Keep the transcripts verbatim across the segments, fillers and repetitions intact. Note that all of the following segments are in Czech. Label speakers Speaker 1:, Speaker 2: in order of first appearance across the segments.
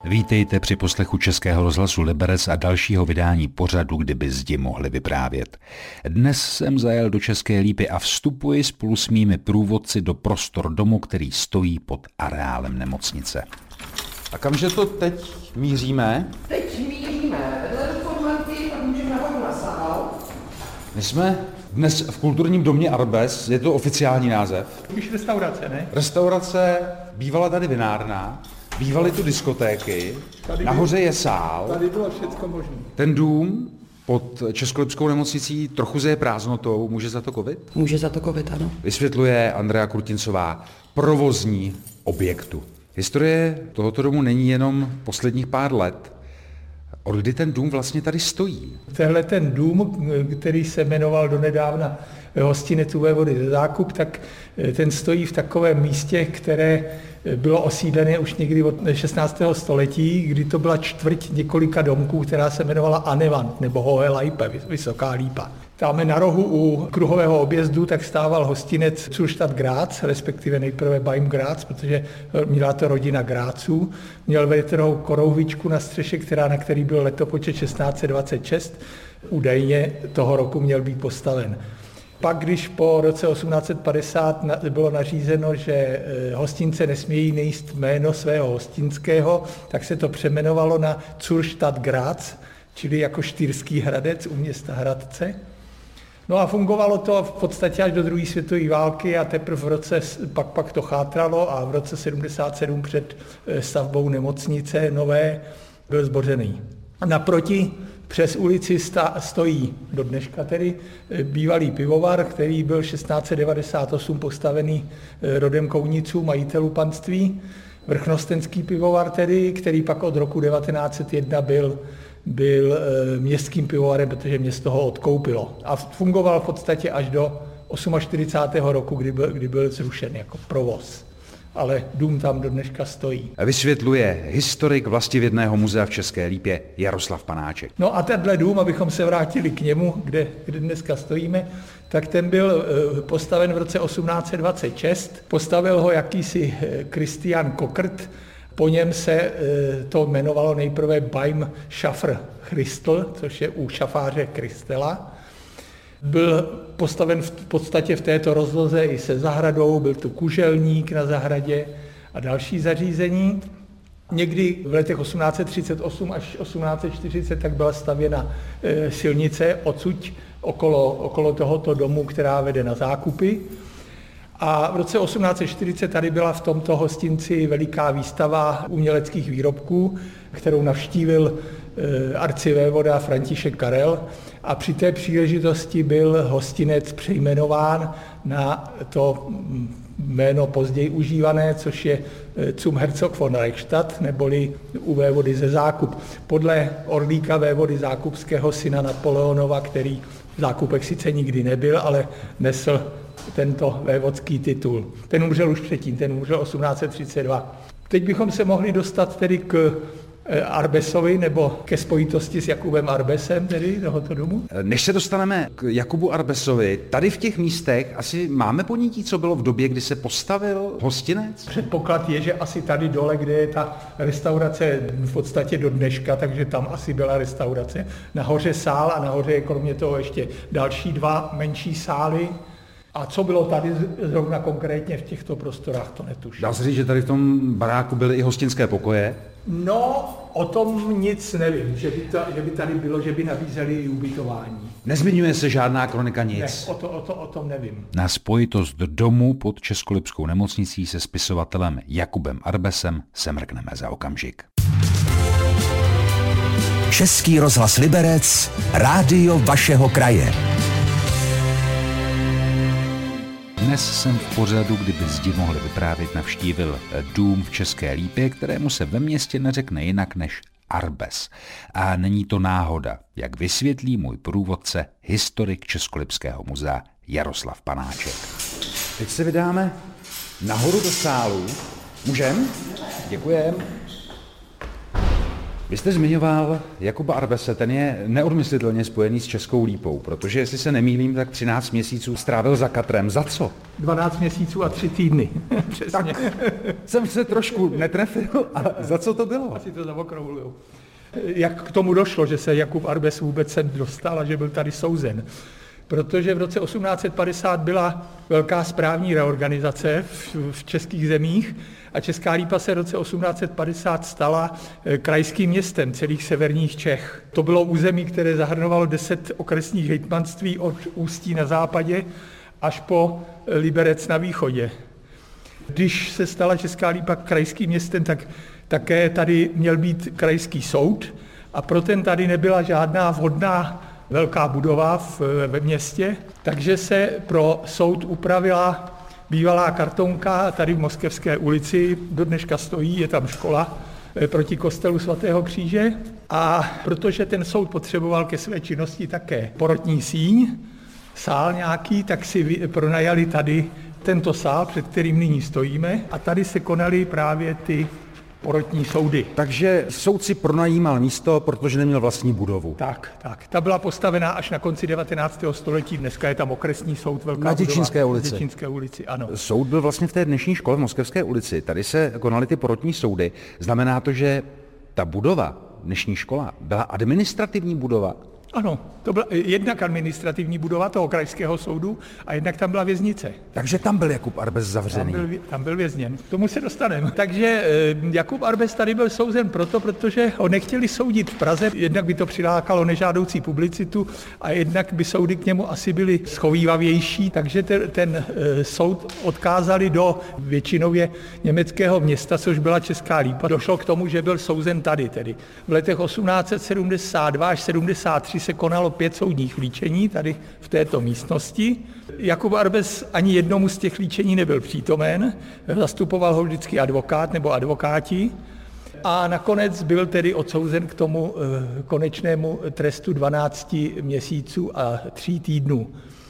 Speaker 1: Vítejte při poslechu Českého rozhlasu Liberec a dalšího vydání pořadu, kdyby zdi mohli vyprávět. Dnes jsem zajel do České Lípy a vstupuji spolu s mými průvodci do prostor domu, který stojí pod areálem nemocnice.
Speaker 2: A kamže to teď míříme?
Speaker 3: Teď míříme vedle formanty a můžeme nahoru na sál.
Speaker 2: My jsme dnes v kulturním domě Arbes, je to oficiální název.
Speaker 4: Už restaurace, ne?
Speaker 2: Restaurace, bývala tady vinárna, bývaly tu diskotéky, tady nahoře byl, je sál.
Speaker 4: Tady bylo všecko možné.
Speaker 2: Ten dům pod Českolipskou nemocnicí trochu zeje prázdnotou, může za to covid?
Speaker 3: Může za to covid, ano.
Speaker 2: Vysvětluje Andrea Krutincová, provozní objektu. Historie tohoto domu není jenom posledních pár let. Od kdy ten dům vlastně tady stojí?
Speaker 4: Tenhle ten dům, který se jmenoval donedávna Hostinec u vévody ze Zákup, tak ten stojí v takovém místě, které bylo osídlené už někdy od šestnáctého století, kdy to byla čtvrť několika domků, která se jmenovala Anevant nebo Hohe Lajpe, Vysoká Lípa. Tam na rohu u kruhového objezdu tak stával hostinec Zurstadt Graz, respektive nejprve Beim Graz, protože měla to rodina Gráců. Měl větrnou korouhvičku na střeše, která, na který byl letopočet šestnáct set dvacet šest. Údajně toho roku měl být postaven. Pak, když po roce osmnáct set padesát bylo nařízeno, že hostince nesmějí nejíst jméno svého hostinského, tak se to přejmenovalo na Zurstadt Graz, čili jako Štýrský Hradec u města Hradce. No a fungovalo to v podstatě až do druhé světové války a teprve v roce, pak, pak to chátralo a v roce sedmdesát sedm před stavbou nemocnice nové byl zbořený. A naproti přes ulici sta, stojí do dneška tedy bývalý pivovar, který byl šestnáct set devadesát osm postavený rodem Kouniců, majitelů panství. Vrchnostenský pivovar tedy, který pak od roku devatenáct set jedna byl byl městským pivovarem, protože město ho odkoupilo. A fungoval v podstatě až do čtyřicátého osmého roku, kdy byl, kdy byl zrušen jako provoz. Ale dům tam do dneška stojí.
Speaker 2: Vysvětluje historik Vlastivědného muzea v České Lípě Jaroslav Panáček.
Speaker 4: No a tenhle dům, abychom se vrátili k němu, kde, kde dneska stojíme, tak ten byl postaven v roce osmnáct set dvacet šest. Postavil ho jakýsi Christian Kokert. Po něm se to jmenovalo nejprve Beim Schaffer Christel, což je u šafáře Kristela. Byl postaven v podstatě v této rozloze i se zahradou, byl tu kuželník na zahradě a další zařízení. Někdy v letech osmnáct set třicet osm až osmnáct set čtyřicet tak byla stavěna silnice odsud okolo, okolo tohoto domu, která vede na Zákupy. A v roce osmnáct set čtyřicet tady byla v tomto hostinci veliká výstava uměleckých výrobků, kterou navštívil arcivévoda František Karel a při té příležitosti byl hostinec přejmenován na to jméno později užívané, což je Zum Herzog von Reichstadt, neboli u vévody ze Zákup. Podle orlíka vévody Zákupského, syna Napoleonova, který v Zákupech sice nikdy nebyl, ale nesl tento vévodský titul. Ten umřel už předtím, ten umřel osmnáct set třicet dva. Teď bychom se mohli dostat tedy k Arbesovi nebo ke spojitosti s Jakubem Arbesem, tedy tohoto domu.
Speaker 2: Než se dostaneme k Jakubu Arbesovi, tady v těch místech asi máme ponětí, co bylo v době, kdy se postavil hostinec?
Speaker 4: Předpoklad je, že asi tady dole, kde je ta restaurace v podstatě do dneška, takže tam asi byla restaurace. Nahoře sál a nahoře je kromě toho ještě další dva menší sály. A co bylo tady zrovna konkrétně v těchto prostorách, to netuším.
Speaker 2: Dá se říct, že tady v tom baráku byly i hostinské pokoje?
Speaker 4: No, o tom nic nevím, že by, to, že by tady bylo, že by nabízeli i ubytování.
Speaker 2: Nezmiňuje se žádná kronika nic?
Speaker 4: Ne, o, to, o, to, o tom nevím.
Speaker 1: Na spojitost domu pod Českolipskou nemocnicí se spisovatelem Jakubem Arbesem se mrkneme za okamžik.
Speaker 5: Český rozhlas Liberec, rádio vašeho kraje.
Speaker 1: Dnes jsem v pořadu, kdyby zdi mohli vyprávět, navštívil dům v České Lípě, kterému se ve městě neřekne jinak než Arbes. A není to náhoda, jak vysvětlí můj průvodce, historik Českolipského muzea Jaroslav Panáček.
Speaker 2: Teď se vydáme nahoru do sálu. Můžem? Děkujem. Vy jste zmiňoval Jakuba Arbese, ten je neodmyslitelně spojený s Českou Lípou, protože jestli se nemýlím, tak třináct měsíců strávil za katrem. Za co?
Speaker 4: dvanáct měsíců a tři týdny. Přesně.
Speaker 2: Tak, jsem se trošku netrefil. A za co to bylo?
Speaker 4: Asi to zaokrouhlujou. Jak k tomu došlo, že se Jakub Arbes vůbec sem dostal a že byl tady souzen? Protože v roce osmnáct set padesát byla velká správní reorganizace v, v českých zemích a Česká Lípa se v roce osmnáct set padesát stala krajským městem celých severních Čech. To bylo území, které zahrnovalo deset okresních hejtmanství od Ústí na západě až po Liberec na východě. Když se stala Česká Lípa krajským městem, tak také tady měl být krajský soud a pro ten tady nebyla žádná vhodná velká budova v, ve městě, takže se pro soud upravila bývalá kartonka tady v Moskevské ulici, do dneška stojí, je tam škola proti kostelu svatého Kříže a protože ten soud potřeboval ke své činnosti také porotní síň, sál nějaký, tak si pronajali tady tento sál, před kterým nyní stojíme a tady se konaly právě ty porotní soudy.
Speaker 2: Takže soudci pronajímal místo, protože neměl vlastní budovu.
Speaker 4: Tak, tak. Ta byla postavená až na konci devatenáctého století. Dneska je tam okresní soud, velká
Speaker 2: na Děčínské
Speaker 4: budova.
Speaker 2: ulici.
Speaker 4: Na Děčínské ulici, ano.
Speaker 2: Soud byl vlastně v té dnešní škole v Moskevské ulici. Tady se konaly ty porotní soudy. Znamená to, že ta budova, dnešní škola, byla administrativní budova?
Speaker 4: Ano, to byla jednak administrativní budova toho krajského soudu a jednak tam byla věznice.
Speaker 2: Takže tam byl Jakub Arbes zavřený.
Speaker 4: Tam byl, tam byl vězněn. K tomu se dostaneme. Takže Jakub Arbes tady byl souzen proto, protože ho nechtěli soudit v Praze. Jednak by to přilákalo nežádoucí publicitu a jednak by soudy k němu asi byly schovývavější, takže ten, ten soud odkázali do většinově německého města, což byla Česká Lípa. Došlo k tomu, že byl souzen tady tedy. V letech osmnáct set sedmdesát dva až sedmdesát tři se konalo pět soudních líčení tady v této místnosti. Jakub Arbes ani jednomu z těch líčení nebyl přítomen, zastupoval ho vždycky advokát nebo advokáti a nakonec byl tedy odsouzen k tomu konečnému trestu dvanácti měsíců a tří týdnů.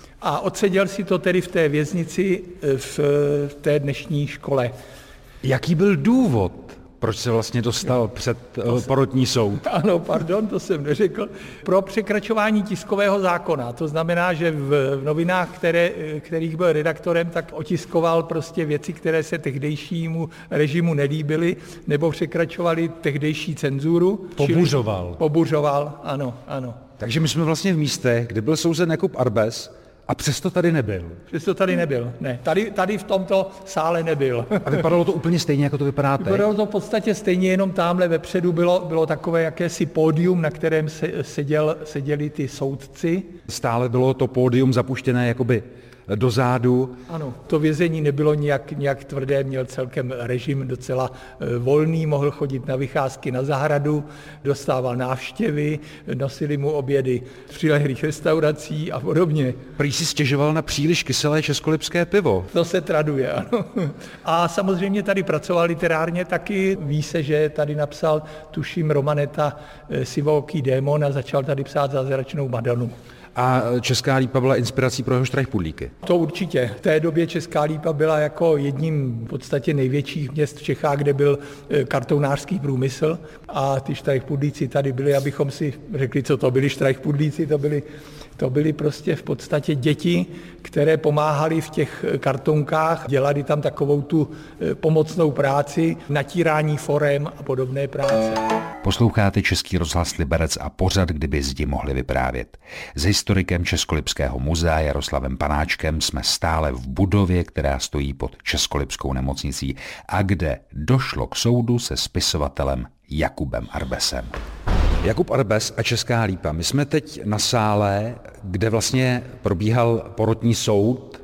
Speaker 4: A odseděl si to tedy v té věznici v té dnešní škole.
Speaker 2: Jaký byl důvod? Proč se vlastně dostal před uh, porotní soud?
Speaker 4: Ano, pardon, to jsem neřekl. Pro překračování tiskového zákona. To znamená, že v, v novinách, které, kterých byl redaktorem, tak otiskoval prostě věci, které se tehdejšímu režimu nelíbily, nebo překračovali tehdejší cenzuru.
Speaker 2: Pobuřoval.
Speaker 4: Čili, pobuřoval, ano, ano.
Speaker 2: Takže my jsme vlastně v místech, kde byl souzen Jakub Arbes, a přesto tady nebyl.
Speaker 4: Přesto tady nebyl, ne. Tady, tady v tomto sále nebyl.
Speaker 2: A vypadalo to úplně stejně, jako to vypadá teď?
Speaker 4: Vypadalo to v podstatě stejně, jenom tamhle vepředu bylo, bylo takové jakési pódium, na kterém se, seděl, seděli ty soudci.
Speaker 2: Stále bylo to pódium zapuštěné jakoby dozadu.
Speaker 4: Ano, to vězení nebylo nějak, nějak tvrdé, měl celkem režim docela volný, mohl chodit na vycházky na zahradu, dostával návštěvy, nosili mu obědy z přilehlých restaurací a podobně.
Speaker 2: Prý si stěžoval na příliš kyselé českolipské pivo.
Speaker 4: To se traduje, ano. A samozřejmě tady pracoval literárně taky. Ví se, že tady napsal, tuším, Romaneta Sivooký démon a začal tady psát Zázračnou Madonu.
Speaker 2: A Česká Lípa byla inspirací pro jeho štrajchpudlíky?
Speaker 4: To určitě. V té době Česká Lípa byla jako jedním v podstatě největších měst v Čechách, kde byl kartonářský průmysl a ty štrajchpudlíci tady byli, abychom si řekli, co to byli štrajchpudlíci, to byli, to byli prostě v podstatě děti, které pomáhali v těch kartonkách, dělali tam takovou tu pomocnou práci, natírání forem a podobné práce.
Speaker 1: Posloucháte Český rozhlas Liberec a pořad, kdyby zdi mohli vyprávět. S historikem Českolipského muzea Jaroslavem Panáčkem jsme stále v budově, která stojí pod Českolipskou nemocnicí a kde došlo k soudu se spisovatelem Jakubem Arbesem.
Speaker 2: Jakub Arbes a Česká Lípa. My jsme teď na sále, kde vlastně probíhal porotní soud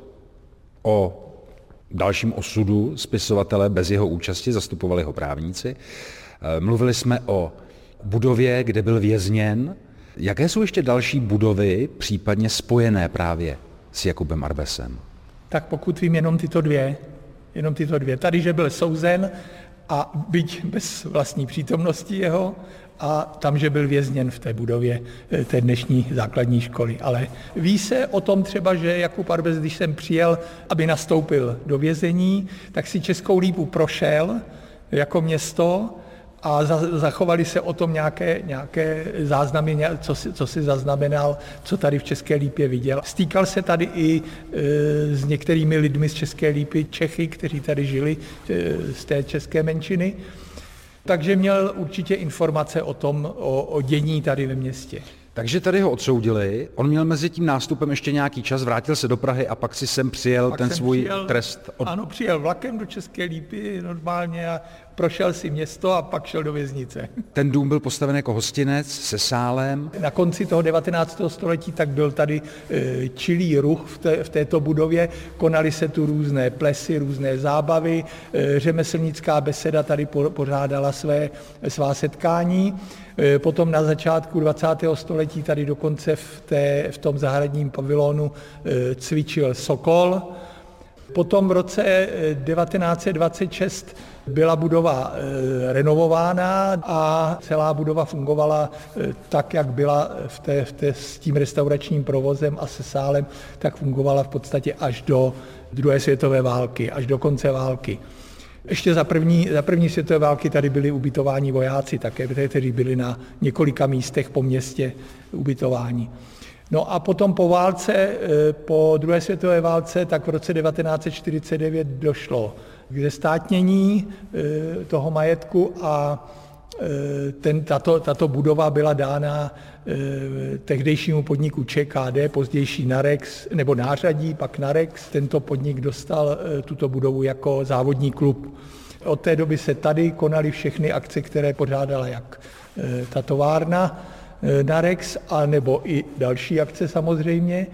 Speaker 2: o dalším osudu spisovatele bez jeho účasti, zastupovali ho právníci. Mluvili jsme o budově, kde byl vězněn. Jaké jsou ještě další budovy, případně spojené právě s Jakubem Arbesem?
Speaker 4: Tak pokud vím, jenom tyto dvě. Jenom tyto dvě. Tady, že byl souzen a byť bez vlastní přítomnosti jeho, a tam, že byl vězněn v té budově té dnešní základní školy. Ale ví se o tom třeba, že Jakub Arbes, když jsem přijel, aby nastoupil do vězení, tak si Českou Lípu prošel jako město a za, zachovali se o tom nějaké, nějaké záznamy, co si, co si zaznamenal, co tady v České Lípě viděl. Stýkal se tady i e, s některými lidmi z České Lípy, Čechy, kteří tady žili e, z té české menšiny, takže měl určitě informace o tom, o, o dění tady ve městě.
Speaker 2: Takže tady ho odsoudili, on měl mezi tím nástupem ještě nějaký čas, vrátil se do Prahy a pak si sem přijel
Speaker 4: pak
Speaker 2: ten svůj
Speaker 4: přijel,
Speaker 2: trest. Od...
Speaker 4: Ano, přijel vlakem do České Lípy normálně a prošel si město a pak šel do věznice.
Speaker 2: Ten dům byl postaven jako hostinec se sálem.
Speaker 4: Na konci toho devatenáctého století tak byl tady e, čilý ruch v, té, v této budově, konaly se tu různé plesy, různé zábavy, e, řemeslnická beseda tady po, pořádala své, svá setkání. E, potom na začátku dvacátého století tady dokonce v, té, v tom zahradním pavilonu e, cvičil Sokol. Potom v roce devatenáct set dvacet šest byla budova e, renovována a celá budova fungovala e, tak, jak byla v té, v té, s tím restauračním provozem a se sálem, tak fungovala v podstatě až do druhé světové války, až do konce války. Ještě za první, za první světové války tady byli ubytováni vojáci také, kteří byli na několika místech po městě ubytováni. No a potom po válce, po druhé světové válce, tak v roce devatenáct set čtyřicet devět došlo k zestátnění toho majetku a ten, tato, tato budova byla dána tehdejšímu podniku Č K D, pozdější Narex, nebo nářadí, pak Narex. Tento podnik dostal tuto budovu jako závodní klub. Od té doby se tady konaly všechny akce, které pořádala jak ta továrna Narex, a nebo i další akce samozřejmě.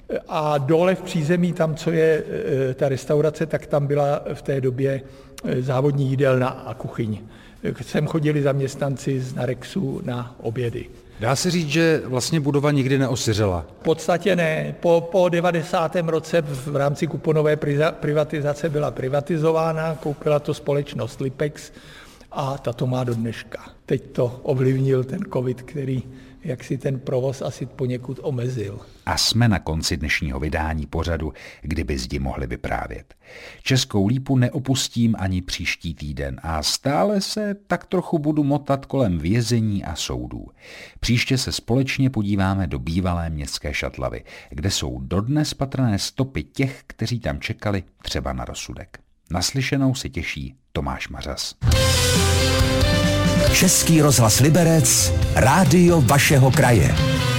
Speaker 4: A dole v přízemí, tam, co je ta restaurace, tak tam byla v té době závodní jídelna a kuchyň. Sem chodili zaměstnanci z Narexu na obědy.
Speaker 2: Dá se říct, že vlastně budova nikdy neosiřela?
Speaker 4: V podstatě ne. Po, po devadesátém roce v rámci kuponové privatizace byla privatizována, koupila to společnost Lipex a ta to má do dneška. Teď to ovlivnil ten covid, který jak si ten provoz asi poněkud omezil.
Speaker 1: A jsme na konci dnešního vydání pořadu, kdyby zdi mohli vyprávět. Českou Lípu neopustím ani příští týden a stále se tak trochu budu motat kolem vězení a soudů. Příště se společně podíváme do bývalé městské Šatlavy, kde jsou dodnes patrné stopy těch, kteří tam čekali třeba na rozsudek. Naslyšenou se těší Tomáš Mařas.
Speaker 5: Český rozhlas Liberec, rádio vašeho kraje.